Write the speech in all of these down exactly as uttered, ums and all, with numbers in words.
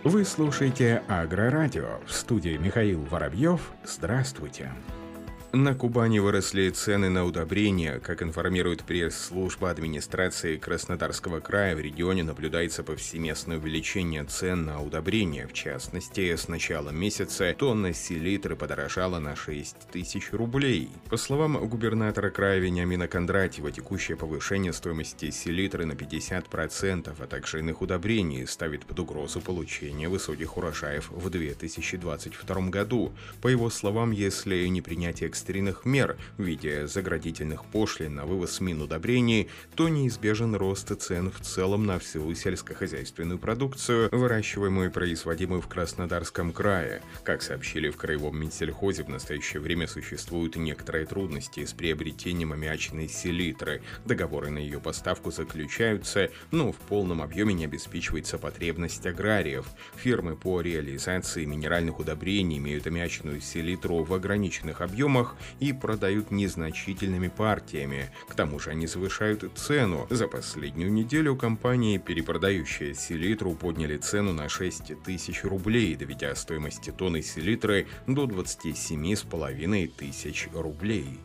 Вы слушаете Агрорадио. В студии Михаил Воробьев. Здравствуйте. На Кубани выросли цены на удобрения. Как информирует пресс-служба администрации Краснодарского края, в регионе наблюдается повсеместное увеличение цен на удобрения. В частности, с начала месяца тонна селитры подорожала на шесть тысяч рублей. По словам губернатора края Вениамина Кондратьева, текущее повышение стоимости селитры на пятьдесят процентов, а также иных удобрений ставит под угрозу получение высоких урожаев в две тысячи двадцать втором году. По его словам, если не принять экстренных мер в виде заградительных пошлин на вывоз минудобрений, то неизбежен рост цен в целом на всю сельскохозяйственную продукцию, выращиваемую и производимую в Краснодарском крае. Как сообщили в Краевом Минсельхозе, в настоящее время существуют некоторые трудности с приобретением аммиачной селитры. Договоры на ее поставку заключаются, но в полном объеме не обеспечивается потребность аграриев. Фирмы по реализации минеральных удобрений имеют аммиачную селитру в ограниченных объемах и продают незначительными партиями. К тому же они завышают цену. За последнюю неделю компании, перепродающие селитру, подняли цену на шесть тысяч рублей, доведя стоимость тонны селитры до двадцати семи с половиной тысяч рублей.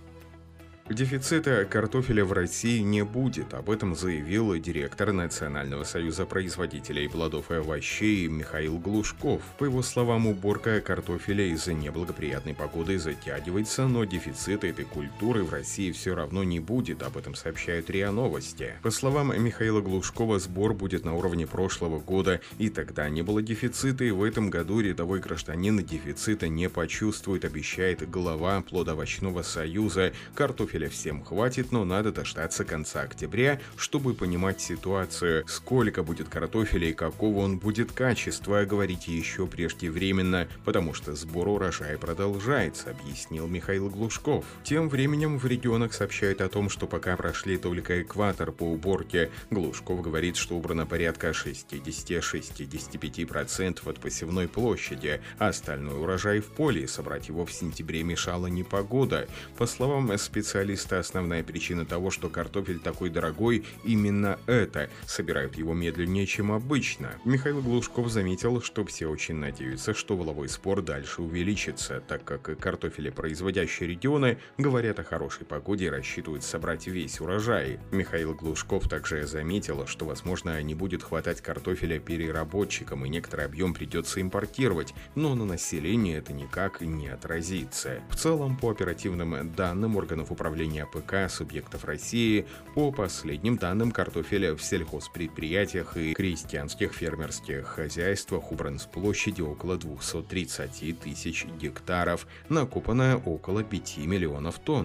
Дефицита картофеля в России не будет, об этом заявил директор Национального союза производителей плодов и овощей Михаил Глушков. По его словам, уборка картофеля из-за неблагоприятной погоды затягивается, но дефицита этой культуры в России все равно не будет, об этом сообщают РИА Новости. По словам Михаила Глушкова, сбор будет на уровне прошлого года, и тогда не было дефицита, и в этом году рядовой гражданин дефицита не почувствует, обещает глава плодоовощного союза. Картофель всем хватит, но надо дождаться конца октября, чтобы понимать ситуацию. Сколько будет картофеля и какого он будет качества, говорить еще преждевременно, потому что сбор урожая продолжается, объяснил Михаил Глушков. Тем временем в регионах сообщают о том, что пока прошли только экватор по уборке. Глушков говорит, что убрано порядка шестьдесят-шестьдесят пять процентов от посевной площади, а остальной урожай в поле. Собрать его в сентябре мешала непогода. По словам специалистов, основная причина того, что картофель такой дорогой, именно это. Собирают его медленнее, чем обычно. Михаил Глушков заметил, что все очень надеются, что валовой сбор дальше увеличится, так как картофелепроизводящие регионы говорят о хорошей погоде и рассчитывают собрать весь урожай. Михаил Глушков также заметил, что, возможно, не будет хватать картофеля переработчикам и некоторый объем придется импортировать, но на население это никак не отразится. В целом, по оперативным данным органов управления АПК субъектов России, по последним данным, картофеля в сельхозпредприятиях и крестьянских фермерских хозяйствах убран с площади около двухсот тридцати тысяч гектаров, накопано около пяти миллионов тонн.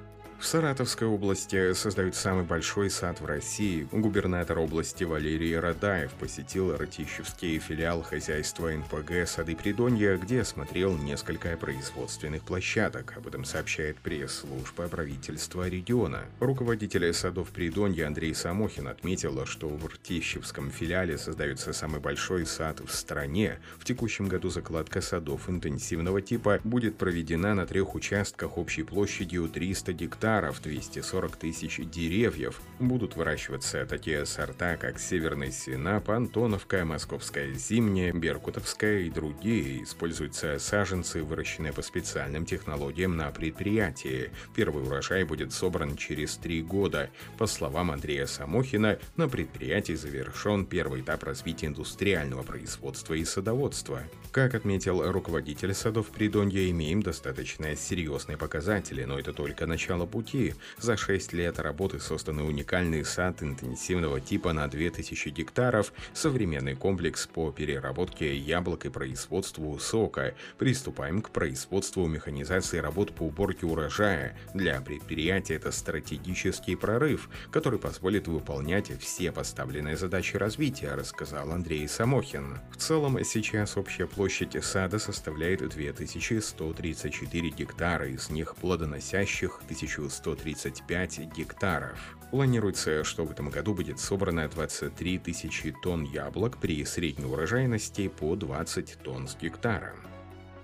В Саратовской области создают самый большой сад в России. Губернатор области Валерий Радаев посетил Ртищевский филиал хозяйства эн пэ гэ «Сады Придонья», где осмотрел несколько производственных площадок. Об этом сообщает пресс-служба правительства региона. Руководитель садов Придонья Андрей Самохин отметил, что в Ртищевском филиале создается самый большой сад в стране. В текущем году закладка садов интенсивного типа будет проведена на трех участках общей площадью триста гектаров. двести сорок тысяч деревьев. Будут выращиваться такие сорта, как Северный Сенап, Антоновка, Московская Зимняя, Беркутовская и другие. Используются саженцы, выращенные по специальным технологиям на предприятии. Первый урожай будет собран через три года. По словам Андрея Самохина, на предприятии завершен первый этап развития индустриального производства и садоводства. Как отметил руководитель садов Придонья, имеем достаточно серьезные показатели, но это только начало пути. За шесть лет работы создан уникальный сад интенсивного типа на две тысячи гектаров, современный комплекс по переработке яблок и производству сока. Приступаем к производству механизации работ по уборке урожая. Для предприятия это стратегический прорыв, который позволит выполнять все поставленные задачи развития, рассказал Андрей Самохин. В целом, сейчас общая площадь сада составляет две тысячи сто тридцать четыре гектара, из них плодоносящих тысяча сто тридцать пять гектаров. Планируется, что в этом году будет собрано двадцать три тысячи тонн яблок при средней урожайности по двадцать тонн с гектара.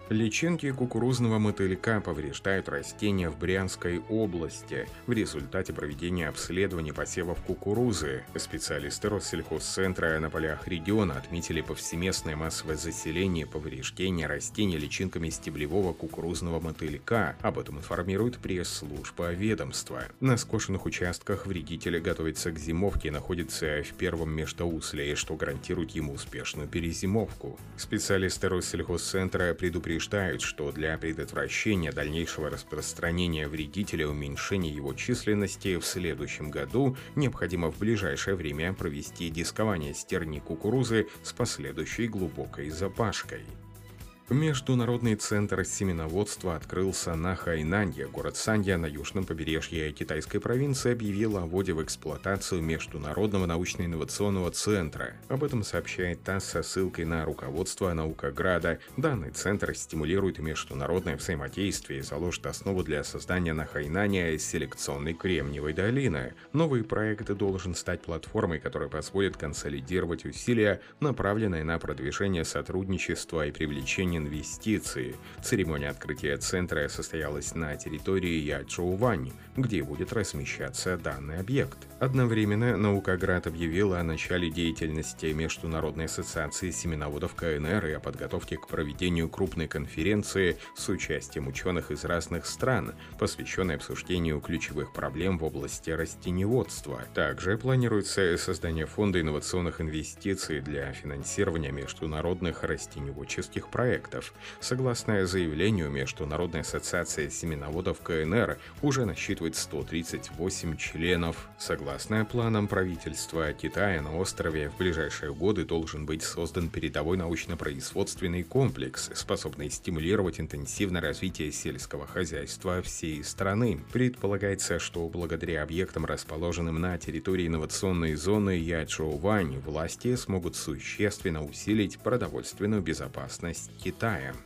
Личинки кукурузного мотылька повреждают растения в Брянской области в результате проведения обследований посевов кукурузы. Специалисты Россельхозцентра на полях региона отметили повсеместное массовое заселение и повреждение растений личинками стеблевого кукурузного мотылька. Об этом информирует пресс-служба ведомства. На скошенных участках вредители готовятся к зимовке и находятся в первом междоусле, что гарантирует ему успешную перезимовку. Специалисты Россельхозцентра предупреждают, что для предотвращения дальнейшего распространения вредителя и уменьшения его численности в следующем году необходимо в ближайшее время провести дискование стерни кукурузы с последующей глубокой запашкой. Международный центр семеноводства открылся на Хайнанье. Город Санья на южном побережье китайской провинции объявил о вводе в эксплуатацию Международного научно-инновационного центра. Об этом сообщает ТАСС со ссылкой на руководство Наукограда. Данный центр стимулирует международное взаимодействие и заложит основу для создания на Хайнане селекционной Кремниевой долины. Новый проект должен стать платформой, которая позволит консолидировать усилия, направленные на продвижение сотрудничества и привлечение инвестиций. Церемония открытия центра состоялась на территории Ячжоувань, где будет размещаться данный объект. Одновременно Наукоград объявил о начале деятельности Международной ассоциации семеноводов КНР и о подготовке к проведению крупной конференции с участием ученых из разных стран, посвященной обсуждению ключевых проблем в области растениеводства. Также планируется создание фонда инновационных инвестиций для финансирования международных растениеводческих проектов. Согласно заявлению, Международная ассоциация семеноводов КНР уже насчитывает сто тридцать восемь членов. Согласно планам правительства Китая, на острове в ближайшие годы должен быть создан передовой научно-производственный комплекс, способный стимулировать интенсивное развитие сельского хозяйства всей страны. Предполагается, что благодаря объектам, расположенным на территории инновационной зоны Ячжоувань, власти смогут существенно усилить продовольственную безопасность Китая.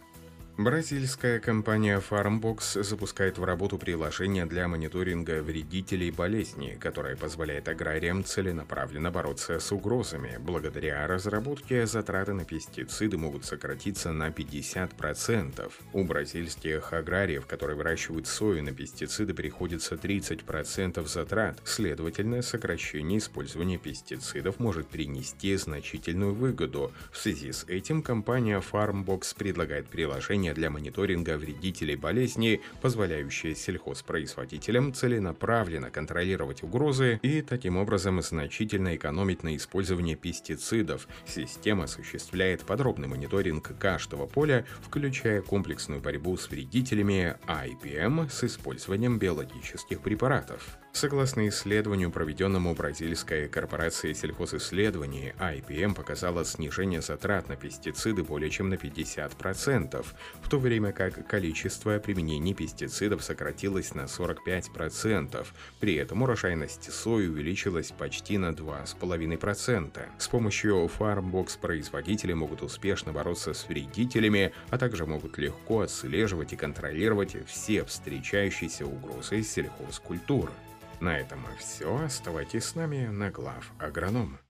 Бразильская компания Farmbox запускает в работу приложение для мониторинга вредителей болезней, которое позволяет аграриям целенаправленно бороться с угрозами. Благодаря разработке затраты на пестициды могут сократиться на пятьдесят процентов. У бразильских аграриев, которые выращивают сою, на пестициды приходится тридцать процентов затрат. Следовательно, сокращение использования пестицидов может принести значительную выгоду. В связи с этим компания Farmbox предлагает приложение для мониторинга вредителей болезней, позволяющее сельхозпроизводителям целенаправленно контролировать угрозы и таким образом значительно экономить на использовании пестицидов. Система осуществляет подробный мониторинг каждого поля, включая комплексную борьбу с вредителями ай пи эм с использованием биологических препаратов. Согласно исследованию, проведенному бразильской корпорацией сельхозисследований, ай пи эм показала снижение затрат на пестициды более чем на пятьдесят процентов, в то время как количество применений пестицидов сократилось на сорок пять процентов. При этом урожайность сои увеличилась почти на два с половиной процента. С помощью Farmbox производители могут успешно бороться с вредителями, а также могут легко отслеживать и контролировать все встречающиеся угрозы сельхозкультур. На этом все. Оставайтесь с нами на Глав Агроном.